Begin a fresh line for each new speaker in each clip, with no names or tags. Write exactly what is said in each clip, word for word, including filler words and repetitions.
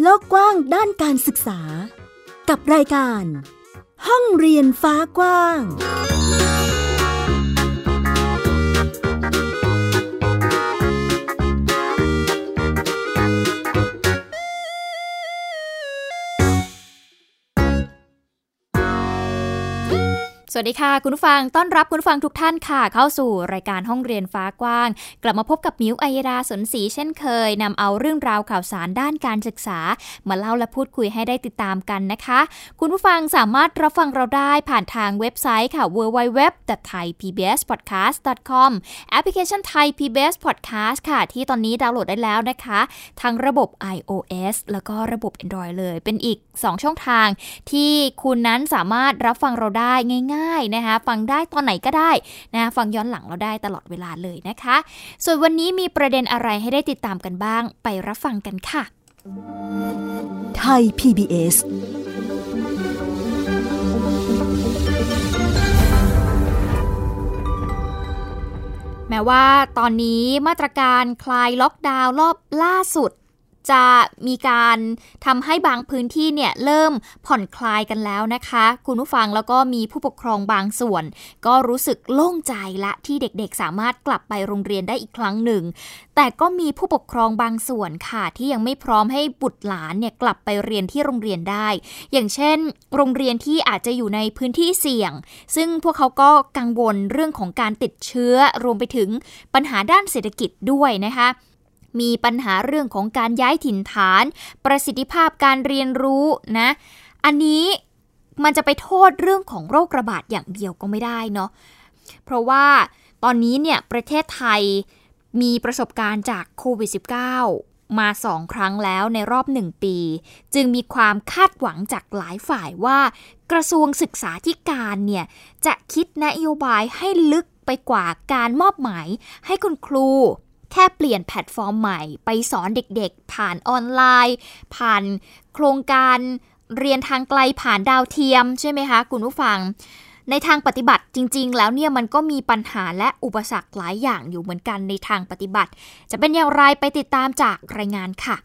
โลกกว้างด้านการศึกษากับรายการห้องเรียนฟ้ากว้าง
สวัสดีค่ะคุณผู้ฟังต้อนรับคุณผู้ฟังทุกท่านค่ะเข้าสู่รายการห้องเรียนฟ้ากว้างกลับมาพบกับมิ้วอัยดาสนศรีเช่นเคยนำเอาเรื่องราวข่าวสารด้านการศึกษามาเล่าและพูดคุยให้ได้ติดตามกันนะคะคุณผู้ฟังสามารถรับฟังเราได้ผ่านทางเว็บไซต์ค่ะ ดับเบิลยู ดับเบิลยู ดับเบิลยู ดอท ไทย พี บี เอส พอดแคสต์ ดอท คอม แอปพลิเคชัน Thai พี บี เอส Podcast ค่ะที่ตอนนี้ดาวน์โหลดได้แล้วนะคะทั้งระบบ iOS แล้วก็ระบบ Android เลยเป็นอีกสองช่องทางที่คุณนั้นสามารถรับฟังเราได้ง่ายๆนะคะฟังได้ตอนไหนก็ได้นะฟังย้อนหลังเราได้ตลอดเวลาเลยนะคะส่วนวันนี้มีประเด็นอะไรให้ได้ติดตามกันบ้างไปรับฟังกันค่ะ
ไทย พี บี เอส
แม้ว่าตอนนี้มาตรการคลายล็อกดาวน์รอบล่าสุดจะมีการทำให้บางพื้นที่เนี่ยเริ่มผ่อนคลายกันแล้วนะคะคุณผู้ฟังแล้วก็มีผู้ปกครองบางส่วนก็รู้สึกโล่งใจละที่เด็กๆสามารถกลับไปโรงเรียนได้อีกครั้งหนึ่งแต่ก็มีผู้ปกครองบางส่วนค่ะที่ยังไม่พร้อมให้บุตรหลานเนี่ยกลับไปเรียนที่โรงเรียนได้อย่างเช่นโรงเรียนที่อาจจะอยู่ในพื้นที่เสี่ยงซึ่งพวกเขาก็กังวลเรื่องของการติดเชื้อรวมไปถึงปัญหาด้านเศรษฐกิจด้วยนะคะมีปัญหาเรื่องของการย้ายถิ่นฐานประสิทธิภาพการเรียนรู้นะอันนี้มันจะไปโทษเรื่องของโรคระบาดอย่างเดียวก็ไม่ได้เนาะเพราะว่าตอนนี้เนี่ยประเทศไทยมีประสบการณ์จากโควิด สิบเก้า มาสองครั้งแล้วในรอบหนึ่งปีจึงมีความคาดหวังจากหลายฝ่ายว่ากระทรวงศึกษาธิการเนี่ยจะคิดนโยบายให้ลึกไปกว่าการมอบหมายให้คุณครูแค่เปลี่ยนแพลตฟอร์มใหม่ไปสอนเด็กๆผ่านออนไลน์ผ่านโครงการเรียนทางไกลผ่านดาวเทียมใช่ไหมคะคุณผู้ฟังในทางปฏิบัติจริงๆแล้วเนี่ยมันก็มีปัญหาและอุปสรรคหลายอย่างอยู่เหมือนกันในทางปฏิบัติจะเป็นอย่างไรไปติดตามจากรายงานค่ะ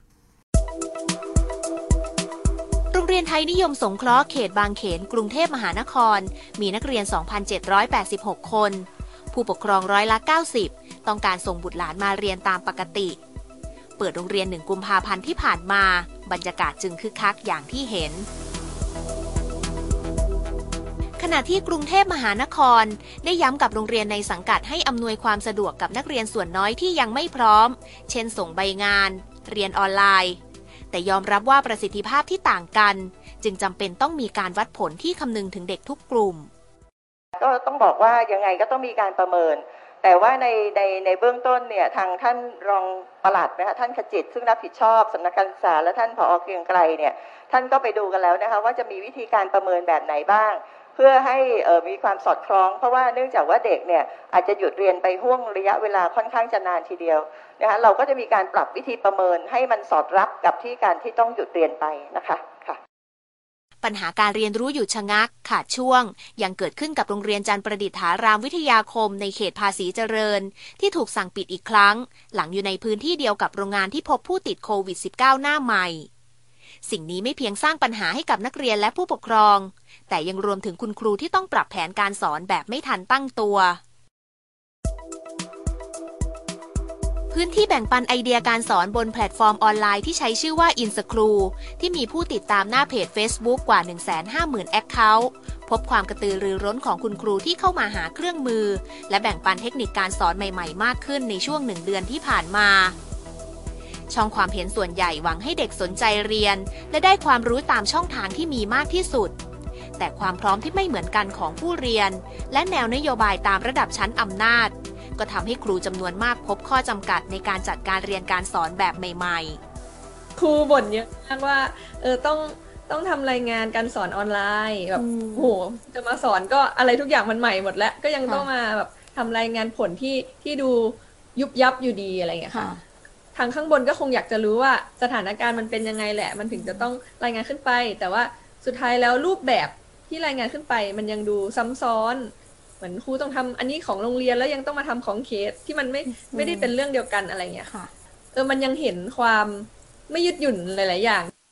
โรงเรียนไทยนิยมสงเคราะห์เขตบางเขนกรุงเทพมหานครมีนักเรียน สองพันเจ็ดร้อยแปดสิบหก คนผู้ปกครองร้อยละเก้าสิบต้องการส่งบุตรหลานมาเรียนตามปกติเปิดโรงเรียนหนึ่งกุมภาพันธ์ที่ผ่านมาบรรยากาศจึงคึกคักอย่างที่เห็นขณะที่กรุงเทพมหานครได้ย้ำกับโรงเรียนในสังกัดให้อำนวยความสะดวกกับนักเรียนส่วนน้อยที่ยังไม่พร้อมเช่นส่งใบงานเรียนออนไลน์แต่ยอมรับว่าประสิทธิภาพที่ต่างกันจึงจำเป็นต้องมีการวัดผลที่คำนึงถึงเด็กทุกกลุ่ม
ก็ต้องบอกว่ายังไงก็ต้องมีการประเมินแต่ว่าในในในเบื้องต้นเนี่ยทางท่านรองปลัดนะคะท่านขจิตซึ่งรับผิดชอบสำนักการศึกษาและท่านผอ.เกรียงไกรเนี่ยท่านก็ไปดูกันแล้วนะคะว่าจะมีวิธีการประเมินแบบไหนบ้างเพื่อให้เอ่อมีความสอดคล้องเพราะว่าเนื่องจากว่าเด็กเนี่ยอาจจะหยุดเรียนไปห่วงระยะเวลาค่อนข้างจะนานทีเดียวนะคะเราก็จะมีการปรับวิธีประเมินให้มันสอดรับกับที่การที่ต้องหยุดเรียนไปนะคะค่ะ
ปัญหาการเรียนรู้หยุดชะงักขาดช่วงยังเกิดขึ้นกับโรงเรียนจันทร์ประดิษฐารามวิทยาคมในเขตภาษีเจริญที่ถูกสั่งปิดอีกครั้งหลังอยู่ในพื้นที่เดียวกับโรงงานที่พบผู้ติดโควิด สิบเก้า หน้าใหม่สิ่งนี้ไม่เพียงสร้างปัญหาให้กับนักเรียนและผู้ปกครองแต่ยังรวมถึงคุณครูที่ต้องปรับแผนการสอนแบบไม่ทันตั้งตัวพื้นที่แบ่งปันไอเดียการสอนบนแพลตฟอร์มออนไลน์ที่ใช้ชื่อว่า InSchool ที่มีผู้ติดตามหน้าเพจ Facebook กว่า หนึ่งแสนห้าหมื่น แอคเคาท์ พบความกระตือรือร้นของคุณครูที่เข้ามาหาเครื่องมือและแบ่งปันเทคนิคการสอนใหม่ๆมากขึ้นในช่วงหนึ่งเดือนที่ผ่านมาช่องความเห็นส่วนใหญ่หวังให้เด็กสนใจเรียนและได้ความรู้ตามช่องทางที่มีมากที่สุดแต่ความพร้อมที่ไม่เหมือนกันของผู้เรียนและแนวนโยบายตามระดับชั้นอำนาจก็ทำให้ครูจำนวนมากพบข้อจำกัดในการจัดการเรียนการสอนแบบใหม่ๆ
ครูบ่นเยอะมากว่าเออต้องต้องทำรายงานการสอนออนไลน์แบบโหจะมาสอนก็อะไรทุกอย่างมันใหม่หมดแล้วก็ยังต้องมาแบบทำรายงานผลที่ที่ดูยุบยับอยู่ดีอะไรอย่างเงี้ยค่ะทางข้างบนก็คงอยากจะรู้ว่าสถานการณ์มันเป็นยังไงแหละมันถึงจะต้องรายงานขึ้นไปแต่ว่าสุดท้ายแล้วรูปแบบที่รายงานขึ้นไปมันยังดูซ้ำซ้อนเหมือนครูต้องทำอันนี้ของโรงเรียนแล้วยังต้องมาทำของเคสที่มันไม่ไม่ได้เป็นเรื่องเดียวกันอะไรเงี้ยค่ะเออมันยังเห็นความไม่ยืดหยุ่นหลายๆอย่าง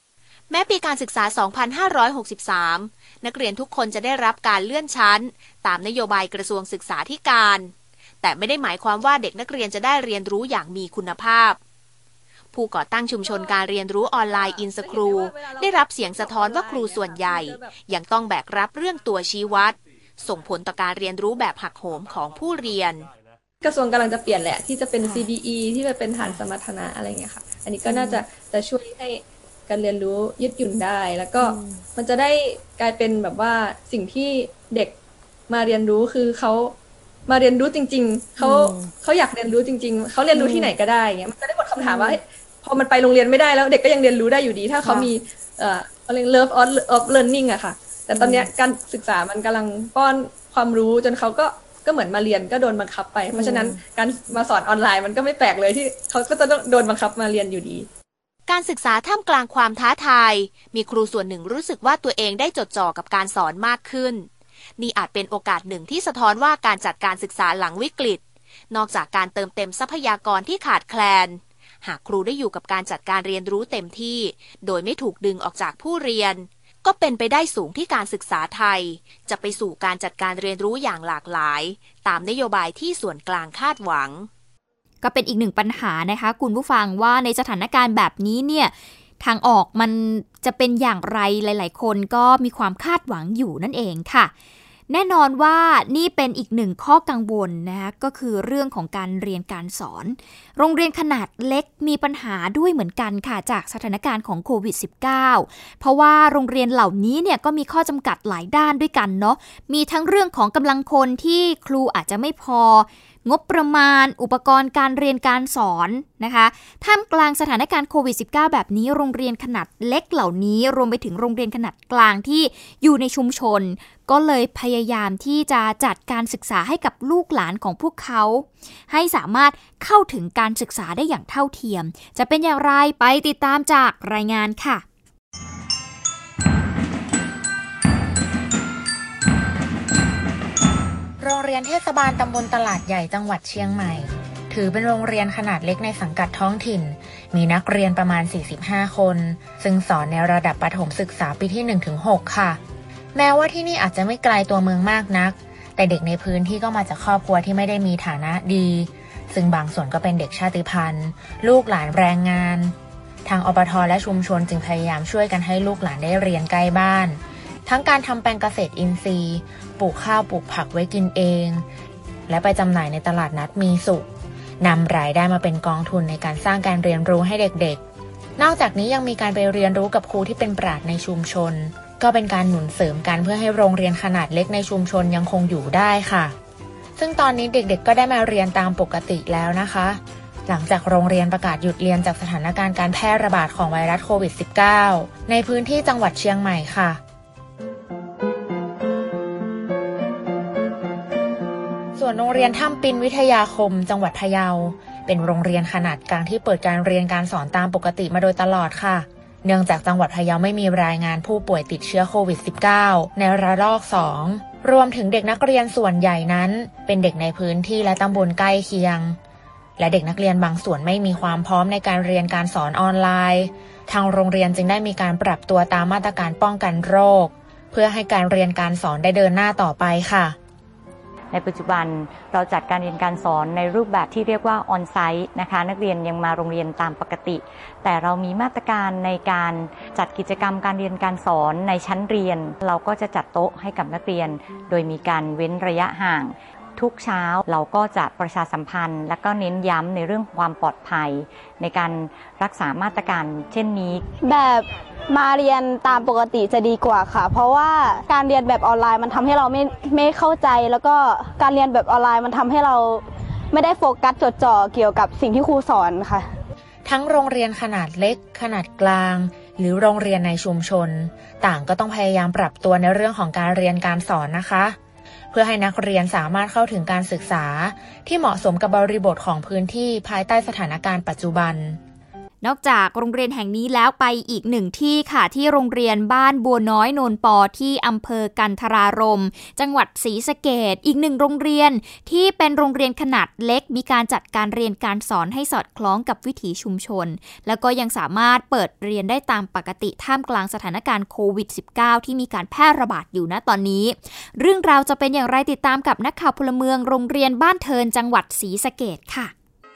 แม้ปีการศึกษา สองพันห้าร้อยหกสิบสาม นักเรียนทุกคนจะได้รับการเลื่อนชั้นตามนโยบายกระทรวงศึกษาธิการแต่ไม่ได้หมายความว่าเด็กนักเรียนจะได้เรียนรู้อย่างมีคุณภาพผู้ก่อตั้งชุมชนการเรียนรู้ออนไลน์อินสครูได้รับเสียงสะท้อนว่าครูส่วนใหญ่ยังต้องแบกรับเรื่องตัวชี้วัดส่งผลต่อการเรียนรู้แบบหักโหมของผู้เรียน
กระทรวงกำลังจะเปลี่ยนแหละที่จะเป็น ซี ดี อี ที่จะเป็นฐานสมรรถนะอะไรเงี้ยค่ะอันนี้ก็น่าจะจะช่วยให้การเรียนรู้ยืดหยุ่นได้แล้วก็มันจะได้กลายเป็นแบบว่าสิ่งที่เด็กมาเรียนรู้คือเขามาเรียนรู้จริงๆเขาเขาอยากเรียนรู้จริงๆเขาเรียนรู้ที่ไหนก็ได้เงี้ยมันจะได้หมดคำถามว่าพอมันไปโรงเรียนไม่ได้แล้วเด็กก็ยังเรียนรู้ได้อยู่ดีถ้าเขามีเอ่อเขาเรียก love of learning อะค่ะแต่ตอนนี้การศึกษามันกำลังป้อนความรู้จนเขาก็ก็เหมือนมาเรียนก็โดนบังคับไปเพราะฉะนั้นการมาสอนออนไลน์มันก็ไม่แปลกเลยที่เขาก็จะต้องโดนบังคับมาเรียนอยู่ดี
การศึกษาท่ามกลางความท้าทายมีครูส่วนหนึ่งรู้สึกว่าตัวเองได้จดจ่อกับการสอนมากขึ้นนี่อาจเป็นโอกาสหนึ่งที่สะท้อนว่าการจัดการศึกษาหลังวิกฤตนอกจากการเติมเต็มทรัพยากรที่ขาดแคลนหากครูได้อยู่กับการจัดการเรียนรู้เต็มที่โดยไม่ถูกดึงออกจากผู้เรียนก็เป็นไปได้สูงที่การศึกษาไทยจะไปสู่การจัดการเรียนรู้อย่างหลากหลายตามนโยบายที่ส่วนกลางคาดหวัง
ก็เป็นอีกหนึ่งปัญหานะคะคุณผู้ฟังว่าในสถานการณ์แบบนี้เนี่ยทางออกมันจะเป็นอย่างไรหลายๆคนก็มีความคาดหวังอยู่นั่นเองค่ะแน่นอนว่านี่เป็นอีกหนึ่งข้อกังวลนะคะก็คือเรื่องของการเรียนการสอนโรงเรียนขนาดเล็กมีปัญหาด้วยเหมือนกันค่ะจากสถานการณ์ของโควิด สิบเก้า เพราะว่าโรงเรียนเหล่านี้เนี่ยก็มีข้อจำกัดหลายด้านด้วยกันเนาะมีทั้งเรื่องของกำลังคนที่ครูอาจจะไม่พองบประมาณอุปกรณ์การเรียนการสอนนะคะท่ามกลางสถานการณ์โควิด สิบเก้า แบบนี้โรงเรียนขนาดเล็กเหล่านี้รวมไปถึงโรงเรียนขนาดกลางที่อยู่ในชุมชนก็เลยพยายามที่จะจัดการศึกษาให้กับลูกหลานของพวกเขาให้สามารถเข้าถึงการศึกษาได้อย่างเท่าเทียมจะเป็นอย่างไรไปติดตามจากรายงานค่ะ
โรงเรียนเทศบาลตำบลตลาดใหญ่จังหวัดเชียงใหม่ถือเป็นโรงเรียนขนาดเล็กในสังกัดท้องถิ่นมีนักเรียนประมาณสี่สิบห้าคนซึ่งสอนในระดับประถมศึกษาปีที่ หนึ่งถึงหก ค่ะแม้ว่าที่นี่อาจจะไม่ไกลตัวเมืองมากนักแต่เด็กในพื้นที่ก็มาจากครอบครัวที่ไม่ได้มีฐานะดีซึ่งบางส่วนก็เป็นเด็กชาติพันธุ์ลูกหลานแรงงานทางอบท.และชุมชนจึงพยายามช่วยกันให้ลูกหลานได้เรียนใกล้บ้านทั้งการทำแปลงเกษตรอินทรีย์ปลูกข้าวปลูกผักไว้กินเองและไปจำหน่ายในตลาดนัดมีสุขนำรายได้มาเป็นกองทุนในการสร้างการเรียนรู้ให้เด็กๆนอกจากนี้ยังมีการไปเรียนรู้กับครูที่เป็นปราชญ์ในชุมชนก็เป็นการหนุนเสริมกันเพื่อให้โรงเรียนขนาดเล็กในชุมชนยังคงอยู่ได้ค่ะซึ่งตอนนี้เด็กๆก็ได้มาเรียนตามปกติแล้วนะคะหลังจากโรงเรียนประกาศหยุดเรียนจากสถานการณ์การแพร่ระบาดของไวรัสโควิด สิบเก้า ในพื้นที่จังหวัดเชียงใหม่ค่ะส่วนโรงเรียนถ้ำปินวิทยาคมจังหวัดพะเยาเป็นโรงเรียนขนาดกลางที่เปิดการเรียนการสอนตามปกติมาโดยตลอดค่ะเนื่องจากจังหวัดพะเยาไม่มีรายงานผู้ป่วยติดเชื้อโควิด สิบเก้า ในระลอกสองรวมถึงเด็กนักเรียนส่วนใหญ่นั้นเป็นเด็กในพื้นที่และตำบลใกล้เคียงและเด็กนักเรียนบางส่วนไม่มีความพร้อมในการเรียนการสอนออนไลน์ทางโรงเรียนจึงได้มีการปรับตัวตามมาตรการป้องกันโรคเพื่อให้การเรียนการสอนได้เดินหน้าต่อไปค่ะ
ในปัจจุบันเราจัดการเรียนการสอนในรูปแบบที่เรียกว่าออนไซต์นะคะนักเรียนยังมาโรงเรียนตามปกติแต่เรามีมาตรการในการจัดกิจกรรมการเรียนการสอนในชั้นเรียนเราก็จะจัดโต๊ะให้กับนักเรียนโดยมีการเว้นระยะห่างทุกเช้าเราก็จะประชาสัมพันธ์และก็เน้นย้ำในเรื่องความปลอดภัยในการรักษามาตรการเช่นนี้
แบบมาเรียนตามปกติจะดีกว่าค่ะเพราะว่าการเรียนแบบออนไลน์มันทำให้เราไม่ไม่เข้าใจแล้วก็การเรียนแบบออนไลน์มันทำให้เราไม่ได้โฟกัสจดจ่อเกี่ยวกับสิ่งที่ครูสอนค่ะ
ทั้งโรงเรียนขนาดเล็กขนาดกลางหรือโรงเรียนในชุมชนต่างก็ต้องพยายามปรับตัวในเรื่องของการเรียนการสอนนะคะเพื่อให้นักเรียนสามารถเข้าถึงการศึกษาที่เหมาะสมกับบริบทของพื้นที่ภายใต้สถานการณ์ปัจจุบัน
นอกจากโรงเรียนแห่งนี้แล้วไปอีกหนึ่งที่ค่ะที่โรงเรียนบ้านบัวน้อยโนนปอที่อำเภอกันทรารมจังหวัดศรีสะเกษอีกหนึ่งโรงเรียนที่เป็นโรงเรียนขนาดเล็กมีการจัดการเรียนการสอนให้สอดคล้องกับวิถีชุมชนแล้วก็ยังสามารถเปิดเรียนได้ตามปกติท่ามกลางสถานการณ์โควิด สิบเก้า ที่มีการแพร่ระบาดอยู่ณตอนนี้เรื่องราวจะเป็นอย่างไรติดตามกับนักข่าวพลเมืองโรงเรียนบ้านเทินจังหวัดศรีสะเกษค่ะ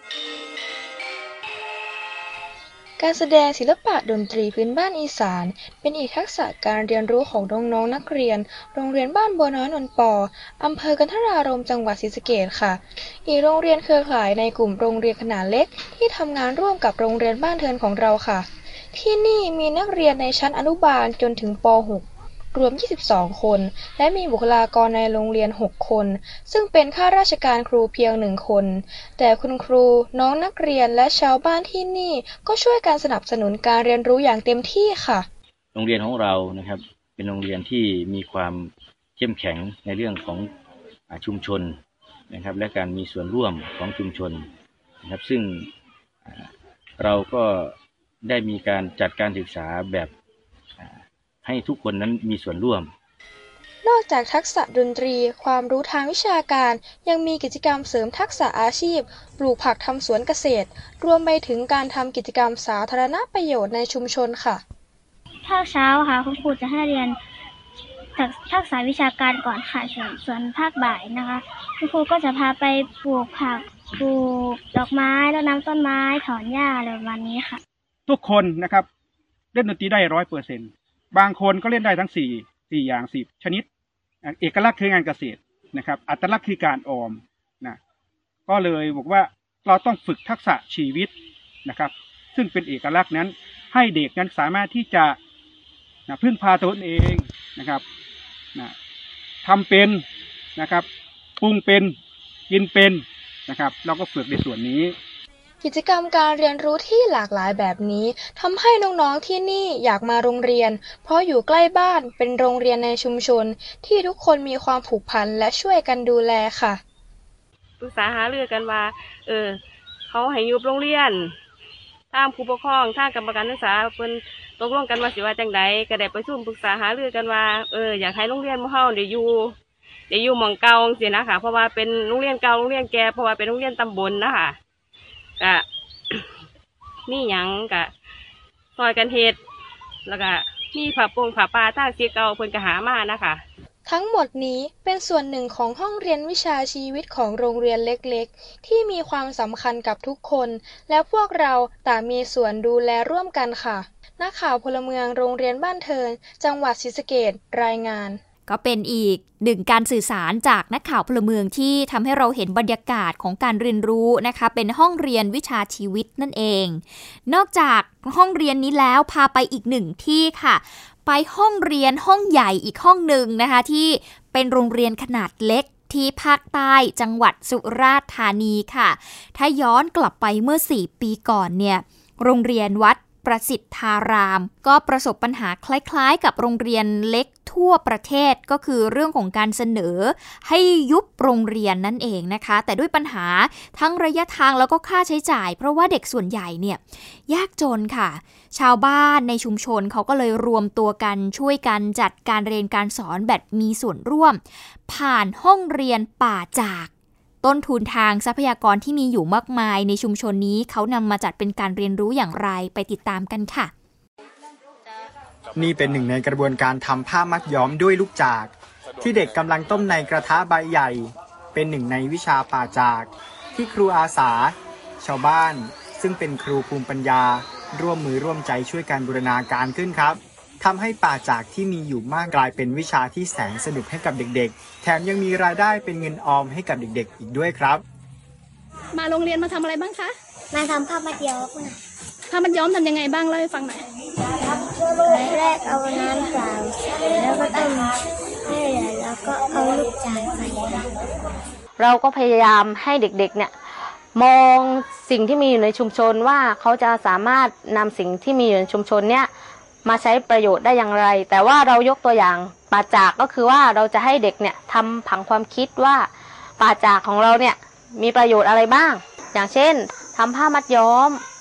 การแสดงศิลปะดนตรีพื้นบ้านอีสานเป็นอีกทักษะการเรียนรู้ของน้องๆนักเรียนโรงเรียนบ้านบัวน้อยนนปออำเภอกันทรารมจังหวัดศรีสะเกษค่ะอีกโรงเรียนเครือข่ายในกลุ่มโรงเรียนขนาดเล็กที่ทำงานร่วมกับโรงเรียนบ้านเทินของเราค่ะที่นี่มีนักเรียนในชั้นอนุบาลจนถึงป หกรวมยี่สิบสองคนและมีบุคลากรในโรงเรียนหกคนซึ่งเป็นข้าราชการครูเพียงหนึ่งคนแต่คุณครูน้องนักเรียนและชาวบ้านที่นี่ก็ช่วยการสนับสนุนการเรียนรู้อย่างเต็มที่ค่ะ
โรงเรียนของเรานะครับเป็นโรงเรียนที่มีความเข้มแข็งในเรื่องของชุมชนนะครับและการมีส่วนร่วมของชุมชนนะครับซึ่งเราก็ได้มีการจัดการศึกษาแบบให้ทุกคนนั้นมีส่วนร่วม
นอกจากทักษะดนตรีความรู้ทางวิชาการยังมีกิจกรรมเสริมทักษะอาชีพปลูกผักทำสวนเกษตรรวมไปถึงการทำกิจกรรมสาธารณประโยชน์ในชุมชนค่ะ
ภาคเช้าค่ะคุณครูจะให้เรียนทักษะวิชาการก่อนค่ะส่วนภาคบ่ายนะคะคุณครูก็จะพาไปปลูกผักปลูกดอกไม้รดน้ำต้นไม้ถอนหญ้าอะไรประมาณนี้ค่ะ
ทุกคนนะครับเล่นดนตรีได้ร้อยเปอร์เซ็นต์บางคนก็เล่นได้ทั้งสี่สี่อย่างสิบชนิดเอกลักษณ์คืองานเกษตรนะครับอัตลักษณ์คือการออมนะก็เลยบอกว่าเราต้องฝึกทักษะชีวิตนะครับซึ่งเป็นเอกลักษณ์นั้นให้เด็กนั้นสามารถที่จะนะพึ่งพาตนเองนะครับนะทำเป็นนะครับปรุงเป็นกินเป็นนะครับเราก็ฝึกในส่วนนี้
กิจกรรมการเรียนรู้ที่หลากหลายแบบนี้ทำให้น้องๆที่นี่อยากมาโรงเรียนเพราะอยู่ใกล้บ้านเป็นโรงเรียนในชุมชนที่ทุกคนมีความผูกพันและช่วยกันดูแลค่ะ
ปรึกษาหารือกันว่าเออเขาให้ยุบโรงเรียนทางผู้ปกครองทางกรรมการศึกษาเพิ่นตกลงกันว่าสิว่าจังใดก็ได้ประชุมปรึกษาหารือกันว่าเอออยากให้โรงเรียนหมู่เฮาได้อยู่ได้อยู่หม้องเก่าจังซี่นะคะเพราะว่าเป็นโรงเรียนเก่าโรงเรียนแก่เพราะว่าเป็นโรงเรียนตำบลนะคะก็มีหยังก็ซอยกันเฮ็ดแล้วก็มีผ้าโป่งผ้าป่าทางสีเก่าเพิ่นก็หามานะคะ
ทั้งหมดนี้เป็นส่วนหนึ่งของห้องเรียนวิชาชีวิตของโรงเรียนเล็กๆที่มีความสำคัญกับทุกคนและพวกเราต่างมีส่วนดูแลร่วมกันค่ะนักข่าวพลเมืองโรงเรียนบ้านเทินจังหวัดศรีสะเกษรายงาน
ก็เป็นอีกหนึ่งการสื่อสารจากนักข่าวพลเมืองที่ทำให้เราเห็นบรรยากาศของการเรียนรู้นะคะเป็นห้องเรียนวิชาชีวิตนั่นเองนอกจากห้องเรียนนี้แล้วพาไปอีกหนึ่งที่ค่ะไปห้องเรียนห้องใหญ่อีกห้องหนึ่งนะคะที่เป็นโรงเรียนขนาดเล็กที่ภาคใต้จังหวัดสุราษฎร์ธานีค่ะถ้าย้อนกลับไปเมื่อสี่ปีก่อนเนี่ยโรงเรียนวัดประสิทธารามก็ประสบปัญหาคล้ายๆกับโรงเรียนเล็กทั่วประเทศก็คือเรื่องของการเสนอให้ยุบโรงเรียนนั่นเองนะคะแต่ด้วยปัญหาทั้งระยะทางแล้วก็ค่าใช้จ่ายเพราะว่าเด็กส่วนใหญ่เนี่ยยากจนค่ะชาวบ้านในชุมชนเขาก็เลยรวมตัวกันช่วยกันจัดการเรียนการสอนแบบมีส่วนร่วมผ่านห้องเรียนป่าจากต้นทุนทางทรัพยากรที่มีอยู่มากมายในชุมชนนี้เขานำมาจัดเป็นการเรียนรู้อย่างไรไปติดตามกันค่ะ
นี่เป็นหนึ่งในกระบวนการทำผ้ามัดย้อมด้วยลูกจากที่เด็กกำลังต้มในกระทะใบใหญ่เป็นหนึ่งในวิชาป่าจากที่ครูอาสาชาวบ้านซึ่งเป็นครูภูมิปัญญาร่วมมือร่วมใจช่วยกันบูรณาการขึ้นครับทำให้ป่าจากที่มีอยู่มากกลายเป็นวิชาที่แสนสนุกให้กับเด็กๆแถมยังมีรายได้เป็นเงินออมให้กับเด็กๆอีกด้วยครับ
มาโรงเรียนมาทำอะไรบ้างคะ
มาทำผ้ามัดย้อม
ผ้ามัดย้อมทำยังไงบ้างเล่าให้ฟังหน่อย
แรกเอาน้ำเปล่าแล้วก็ต้มให้เหลือแล้วก็เอาลูกจากใส่
เราก็พยายามให้เด็กๆเนี่ยมองสิ่งที่มีอยู่ในชุมชนว่าเขาจะสามารถนำสิ่งที่มีอยู่ในชุมชนเนี่ยมาใช้ประโยชน์ได้อย่างไรแต่ว่าเรายกตัวอย่างป่าจากก็คือว่าเราจะให้เด็กเนี่ยทำผังความคิดว่าป่าจากของเราเนี่ยมีประโยชน์อะไรบ้างอย่างเช่นทำผ้ามัดย้อม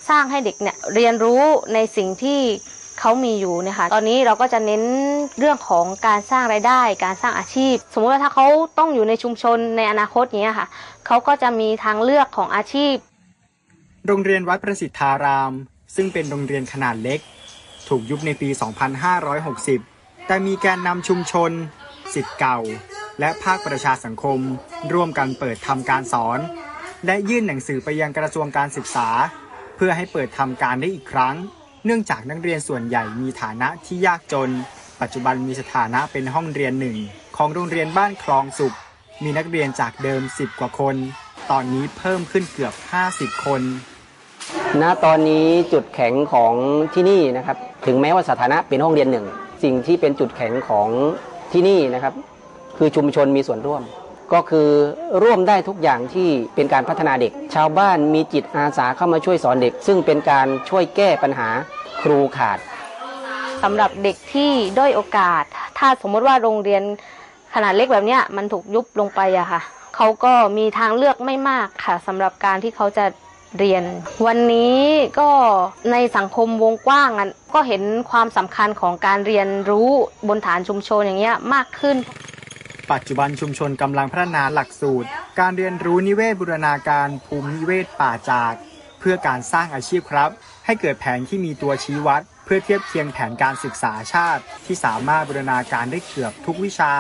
สร้างให้เด็กเนี่ยเรียนรู้ในสิ่งที่เขามีอยู่เนี่ยค่ะตอนนี้เราก็จะเน้นเรื่องของการสร้างรายได้การสร้างอาชีพสมมุติว่าถ้าเขาต้องอยู่ในชุมชนในอนาคตอย่างเงี้ยค่ะเขาก็จะมีทางเลือกของอาชีพ
โรงเรียนวัดประสิทธารามซึ่งเป็นโรงเรียนขนาดเล็กถูกยุบในปี สองพันห้าร้อยหกสิบ แต่มีแกนนำชุมชนศิษย์เก่าและภาคประชาสังคมร่วมกันเปิดทำการสอนและยื่นหนังสือไปยังกระทรวงการศึกษาเพื่อให้เปิดทำการได้อีกครั้งเนื่องจากนักเรียนส่วนใหญ่มีฐานะที่ยากจนปัจจุบันมีสถานะเป็นห้องเรียนหนึ่งของโรงเรียนบ้านคลองสุขมีนักเรียนจากเดิมสิบกว่าคนตอนนี้เพิ่มขึ้นเกือบห้าสิบคน
ณตอนนี้จุดแข็งของที่นี่นะครับถึงแม้ว่าสถานะเป็นห้องเรียนหนึ่งสิ่งที่เป็นจุดแข็งของที่นี่นะครับคือชุมชนมีส่วนร่วมก็คือร่วมได้ทุกอย่างที่เป็นการพัฒนาเด็กชาวบ้านมีจิตอาสาเข้ามาช่วยสอนเด็กซึ่งเป็นการช่วยแก้ปัญหาครูขาด
สำหรับเด็กที่ด้อยโอกาสถ้าสมมติว่าโรงเรียนขนาดเล็กแบบนี้มันถูกยุบลงไปอะค่ะเขาก็มีทางเลือกไม่มากค่ะสำหรับการที่เขาจะเรียนวันนี้ก็ในสังคมวงกว้างก็เห็นความสำคัญของการเรียนรู้บนฐานชุมชนอย่างเงี้ยมากขึ้น
ปัจจุบันชุมชนกำลังพัฒนาหลักสูตรการเรียนรู้นิเวศบูรณาการภูมินิเวศป่าจากเพื่อการสร้างอาชีพครับให้เกิดแผนที่มีตัวชี้วัดเพื่อเทียบเคียงแผนการศึกษาชาติที่สามารถบูรณาการได้เกือบทุกวิชา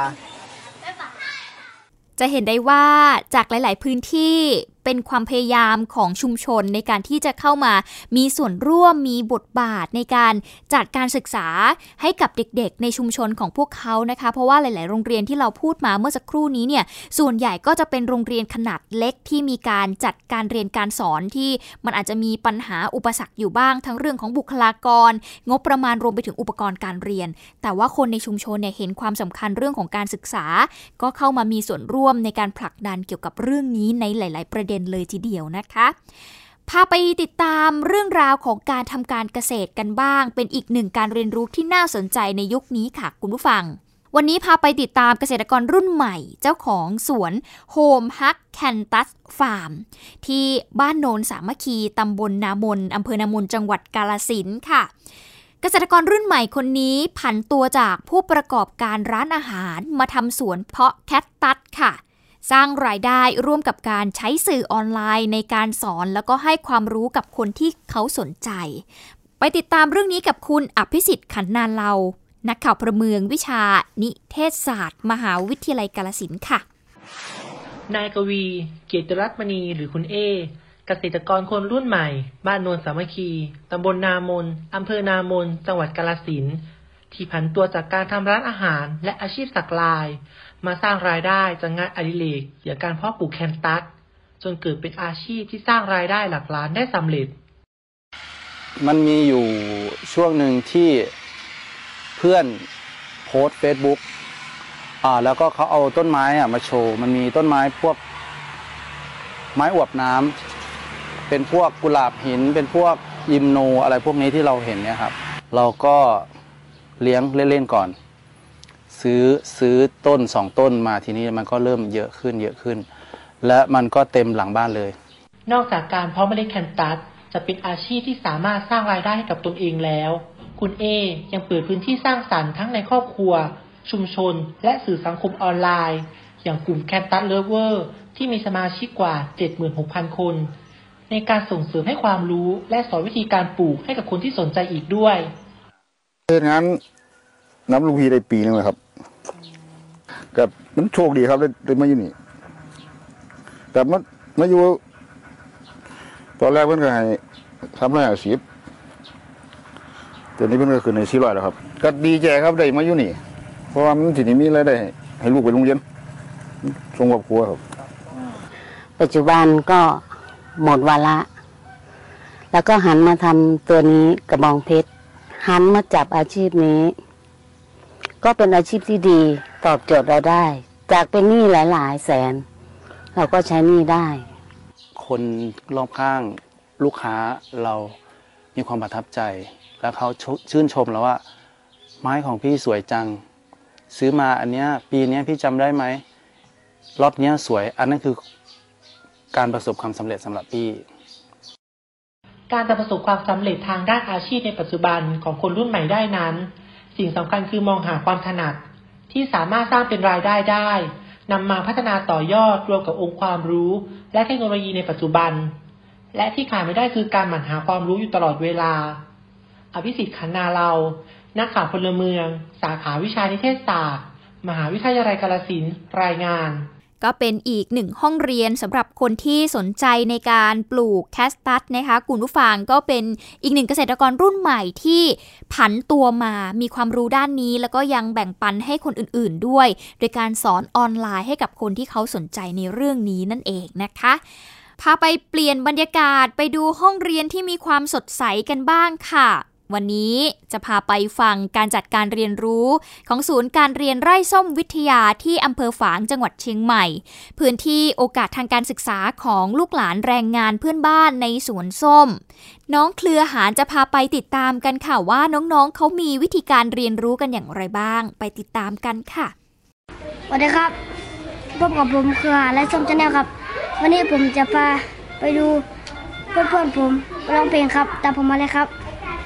จะเห็นได้ว่าจากหลายๆพื้นที่เป็นความพยายามของชุมชนในการที่จะเข้ามามีส่วนร่วมมีบทบาทในการจัดการศึกษาให้กับเด็กๆในชุมชนของพวกเขานะคะเพราะว่าหลายๆโรงเรียนที่เราพูดมาเมื่อสักครู่นี้เนี่ยส่วนใหญ่ก็จะเป็นโรงเรียนขนาดเล็กที่มีการจัดการเรียนการสอนที่มันอาจจะมีปัญหาอุปสรรคอยู่บ้างทั้งเรื่องของบุคลากรงบประมาณรวมไปถึงอุปกรณ์การเรียนแต่ว่าคนในชุมชนเนี่ยเห็นความสำคัญเรื่องของการศึกษาก็เข้ามามีส่วนร่วมในการผลักดันเกี่ยวกับเรื่องนี้ในหลายๆประเด็นเลยทีเดียวนะคะพาไปติดตามเรื่องราวของการทำการเกษตรกันบ้างเป็นอีกหนึ่งการเรียนรู้ที่น่าสนใจในยุคนี้ค่ะคุณผู้ฟังวันนี้พาไปติดตามเกษตรกรรุ่นใหม่เจ้าของสวนโฮมฮักแคนตัสฟาร์มที่บ้านโนนสามัคคีตำบลนามนอำเภอนามนจังหวัดกาฬสินธุ์ค่ะเกษตรกรรุ่นใหม่คนนี้ผันตัวจากผู้ประกอบการร้านอาหารมาทำสวนเพาะแคคตัสค่ะสร้างรายได้ร่วมกับการใช้สื่อออนไลน์ในการสอนแล้วก็ให้ความรู้กับคนที่เขาสนใจไปติดตามเรื่องนี้กับคุณอภิสิทธิ์ขันนาเลานักข่าวพลเมืองวิชานิเทศศาสตร์มหาวิทยาลัยกาฬสินธุ์ค่ะ
นายกวีเกียรติรัตน์มณีหรือคุณเอเกษตรกรคนรุ่นใหม่บ้านโนนสามัคคีตำบลนามนอำเภอนามนจังหวัดกาฬสินธุ์ที่ผันตัวจากการทำร้านอาหารและอาชีพสักลายมาสร้างรายได้จากงานอดิเรกอย่างการเพาะปลูกแคนตัสจนเกิดเป็นอาชีพที่สร้างรายได้หลักล้านได้สำเร็จ
มันมีอยู่ช่วงหนึ่งที่เพื่อนโพสต์ Facebook อ่าแล้วก็เขาเอาต้นไม้อ่ะมาโชว์มันมีต้นไม้พวกไม้อวบน้ำเป็นพวกกุหลาบหินเป็นพวกยิมโนอะไรพวกนี้ที่เราเห็นเนี่ยครับเราก็เลี้ยงเล่นๆก่อนซื้อซื้อต้นสองต้นมาทีนี้มันก็เริ่มเยอะขึ้นเยอะขึ้นและมันก็เต็มหลังบ้านเลย
นอกจากการเพาะเมล็ดแคนตัสจะเป็นอาชีพที่สามารถสร้างรายได้ให้กับตนเองแล้วคุณเอยังเปิดพื้นที่สร้างสรรค์ทั้งในครอบครัวชุมชนและสื่อสังคมออนไลน์อย่างกลุ่มแคนตัสเลิฟเวอร์ที่มีสมาชิกกว่า เจ็ดหมื่นหกพัน คนในการส่งเสริมให้ความรู้และสอนวิธีการปลูกให้กับคนที่สนใจอีกด้วย
เรื่องนั้นน้ำลูกพีได้ปีนึงเลยครับกับมันโชคดีครับได้ได้มาอยู่นี่แต่มันมาอยู่ตอนแรกเพิ่นก็ให้ทำร้อยห้าสิบแต่นี้เพิ่นก็ขึ้นในสี่ร้อยแล้วครับก็ดีใจครับได้มาอยู่นี่เพราะว่ามันที่นี่มีรายได้ให้ลูกไปโรงเรียนส่งครอบครัวครับ
ปัจจุบันก็หมดวาระแล้วก็หันมาทำตัวนี้กระบองเพชรหันมาจับอาชีพนี้ก็เป็นอาชีพที่ดีตอบโจทย์เราได้จากเป็นหนี้หลายๆแสนเราก็ใช้หนี้ได้
คนรอบข้างลูกค้าเรามีความประทับใจแล้วเขาชื่นชมเราว่าไม้ของพี่สวยจังซื้อมาอันเนี้ยปีนี้พี่จำได้ไหมรอบนี้สวยอันนั้นคือการประสบความสำเร็จสำหรับพี่
การจะประสบความสำเร็จทางด้านอาชีพในปัจจุบันของคนรุ่นใหม่ได้นั้นสิ่งสำคัญคือมองหาความถนัดที่สามารถสร้างเป็นรายได้ได้นำมาพัฒนาต่อยอดรวมกับองค์ความรู้และเทคโนโลยีในปัจจุบันและที่ขาดไม่ได้คือการหมั่นหาความรู้อยู่ตลอดเวลาอภิสิทธิ์ขันนาเรานักข่าวพลเมืองสาขาวิชานิเทศศาสตร์มหาวิทยาลัยกาฬสินธุ์รายงาน
ก็เป็นอีกหนึ่งห้องเรียนสำหรับคนที่สนใจในการปลูกแคสตัสนะคะคุณผู้ฟังก็เป็นอีกหนึ่งเกษตรกรรุ่นใหม่ที่ผันตัวมามีความรู้ด้านนี้แล้วก็ยังแบ่งปันให้คนอื่นๆด้วยโดยการสอนออนไลน์ให้กับคนที่เขาสนใจในเรื่องนี้นั่นเองนะคะพาไปเปลี่ยนบรรยากาศไปดูห้องเรียนที่มีความสดใสกันบ้างค่ะวันนี้จะพาไปฟังการจัดการเรียนรู้ของศูนย์การเรียนไร่ส้มวิทยาที่อำเภอฝางจังหวัดเชียงใหม่พื้นที่โอกาสทางการศึกษาของลูกหลานแรงงานเพื่อนบ้านในสวนส้มน้องเครือหานจะพาไปติดตามกันค่ะว่าน้องๆเขามีวิธีการเรียนรู้กันอย่างไรบ้างไปติดตามกันค่ะ
สวัสดีครับพบกับผมเครือหานไร่ส้มชาแนลครับวันนี้ผมจะพาไปดูเพื่อนๆผมร้องเพลงครับตามผมมาเลยครับ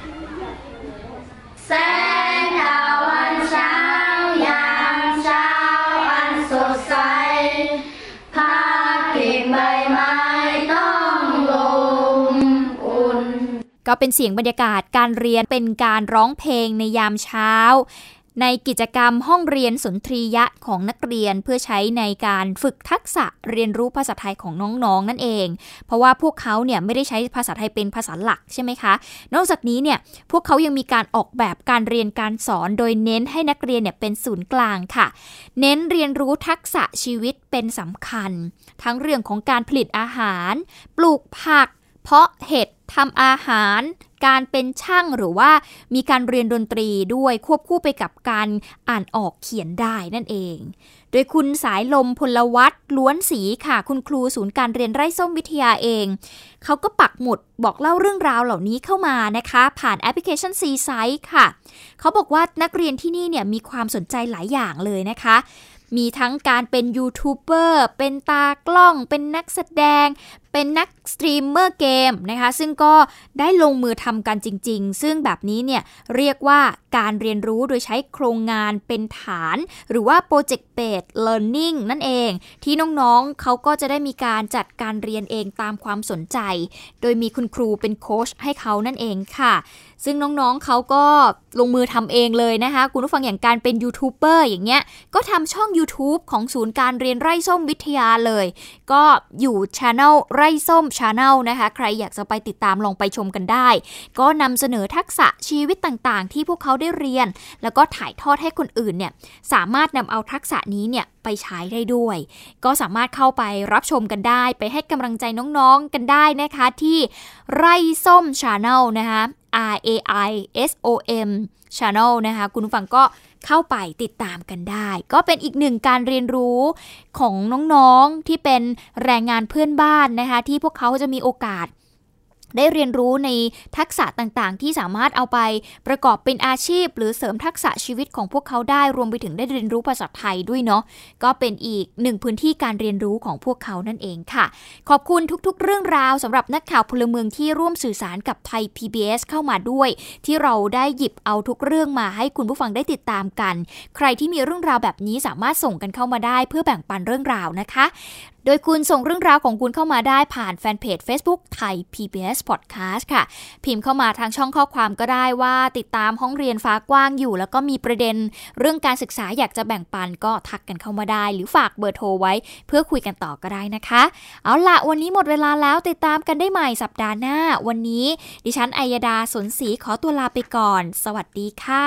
แสงดาววันเช้ายามเช้าอันสดใสพากิ่งใบไม้ต้องลมอุ่น
ก็เป็นเสียงบรรยากาศการเรียนเป็นการร้องเพลงในยามเช้าในกิจกรรมห้องเรียนสุนทรียะของนักเรียนเพื่อใช้ในการฝึกทักษะเรียนรู้ภาษาไทยของน้องๆนั่นเองเพราะว่าพวกเขาเนี่ยไม่ได้ใช้ภาษาไทยเป็นภาษาหลักใช่ไหมคะนอกจากนี้เนี่ยพวกเขายังมีการออกแบบการเรียนการสอนโดยเน้นให้นักเรียนเนี่ยเป็นศูนย์กลางค่ะเน้นเรียนรู้ทักษะชีวิตเป็นสำคัญทั้งเรื่องของการผลิตอาหารปลูกผักเพาะเห็ดทำอาหารการเป็นช่างหรือว่ามีการเรียนดนตรีด้วยควบคู่ไปกับการอ่านออกเขียนได้นั่นเองโดยคุณสายลมพลวัฒน์ล้วนศรีค่ะคุณครูศูนย์การเรียนไร่ส้มวิทยาเองเขาก็ปักหมุดบอกเล่าเรื่องราวเหล่านี้เข้ามานะคะผ่านแอปพลิเคชัน ซี ไซต์ ค่ะเขาบอกว่านักเรียนที่นี่เนี่ยมีความสนใจหลายอย่างเลยนะคะมีทั้งการเป็นยูทูบเบอร์เป็นตากล้องเป็นนักแสดงเป็นนักสตรีมเมอร์เกมนะคะซึ่งก็ได้ลงมือทำกันจริงๆซึ่งแบบนี้เนี่ยเรียกว่าการเรียนรู้โดยใช้โครงงานเป็นฐานหรือว่า Project Based Learning นั่นเองที่น้องๆเขาก็จะได้มีการจัดการเรียนเองตามความสนใจโดยมีคุณครูเป็นโค้ชให้เขานั่นเองค่ะซึ่งน้องๆเขาก็ลงมือทำเองเลยนะคะคุณผู้ฟังอย่างการเป็นยูทูบเบอร์อย่างเงี้ยก็ทำช่อง YouTube ของศูนย์การเรียนไร่ส้มวิทยาเลยก็อยู่ Channel ไร่ส้ม Channel นะคะใครอยากจะไปติดตามลองไปชมกันได้ก็นำเสนอทักษะชีวิตต่างๆที่พวกเขาได้เรียนแล้วก็ถ่ายทอดให้คนอื่นเนี่ยสามารถนำเอาทักษะนี้เนี่ยไปใช้ได้ด้วยก็สามารถเข้าไปรับชมกันได้ไปให้กำลังใจน้องๆกันได้นะคะที่ไร่ส้ม Channel นะคะ R A I S O M Channel นะคะคุณผู้ฟังก็เข้าไปติดตามกันได้ก็เป็นอีกหนึ่งการเรียนรู้ของน้องๆที่เป็นแรงงานเพื่อนบ้านนะคะที่พวกเขาจะมีโอกาสได้เรียนรู้ในทักษะต่างๆที่สามารถเอาไปประกอบเป็นอาชีพหรือเสริมทักษะชีวิตของพวกเขาได้รวมไปถึงได้เรียนรู้ภาษาไทยด้วยเนาะก็เป็นอีกหนึ่งพื้นที่การเรียนรู้ของพวกเขานั่นเองค่ะขอบคุณทุกๆเรื่องราวสำหรับนักข่าวพลเมืองที่ร่วมสื่อสารกับไทย พี บี เอส เข้ามาด้วยที่เราได้หยิบเอาทุกเรื่องมาให้คุณผู้ฟังได้ติดตามกันใครที่มีเรื่องราวแบบนี้สามารถส่งกันเข้ามาได้เพื่อแบ่งปันเรื่องราวนะคะโดยคุณส่งเรื่องราวของคุณเข้ามาได้ผ่านแฟนเพจ Facebook ไทย พี บี เอส Podcast ค่ะพิมพ์เข้ามาทางช่องข้อความก็ได้ว่าติดตามห้องเรียนฟ้ากว้างอยู่แล้วก็มีประเด็นเรื่องการศึกษาอยากจะแบ่งปันก็ทักกันเข้ามาได้หรือฝากเบอร์โทรไว้เพื่อคุยกันต่อก็ได้นะคะเอาล่ะวันนี้หมดเวลาแล้วติดตามกันได้ใหม่สัปดาห์หน้าวันนี้ดิฉันอัยดาสนศรีขอตัวลาไปก่อนสวัสดีค่ะ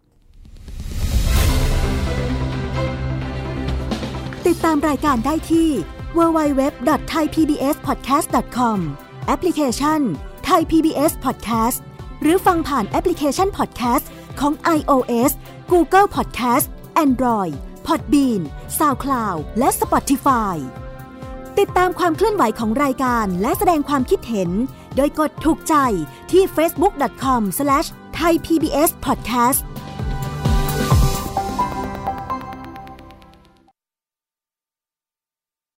ติดตามรายการได้ที่ ดับเบิลยู ดับเบิลยู ดับเบิลยู ดอท ไทย พี บี เอส พอดแคสต์ ดอท คอม แอปพลิเคชัน Thai พี บี เอส Podcast หรือฟังผ่านแอปพลิเคชัน Podcast ของ iOS Google Podcast Android Podbean SoundCloud และ Spotify ติดตามความเคลื่อนไหวของรายการและแสดงความคิดเห็นโดยกดถูกใจที่ เฟซบุ๊ก ดอท คอม สแลช ไทย พี บี เอส พอดแคสต์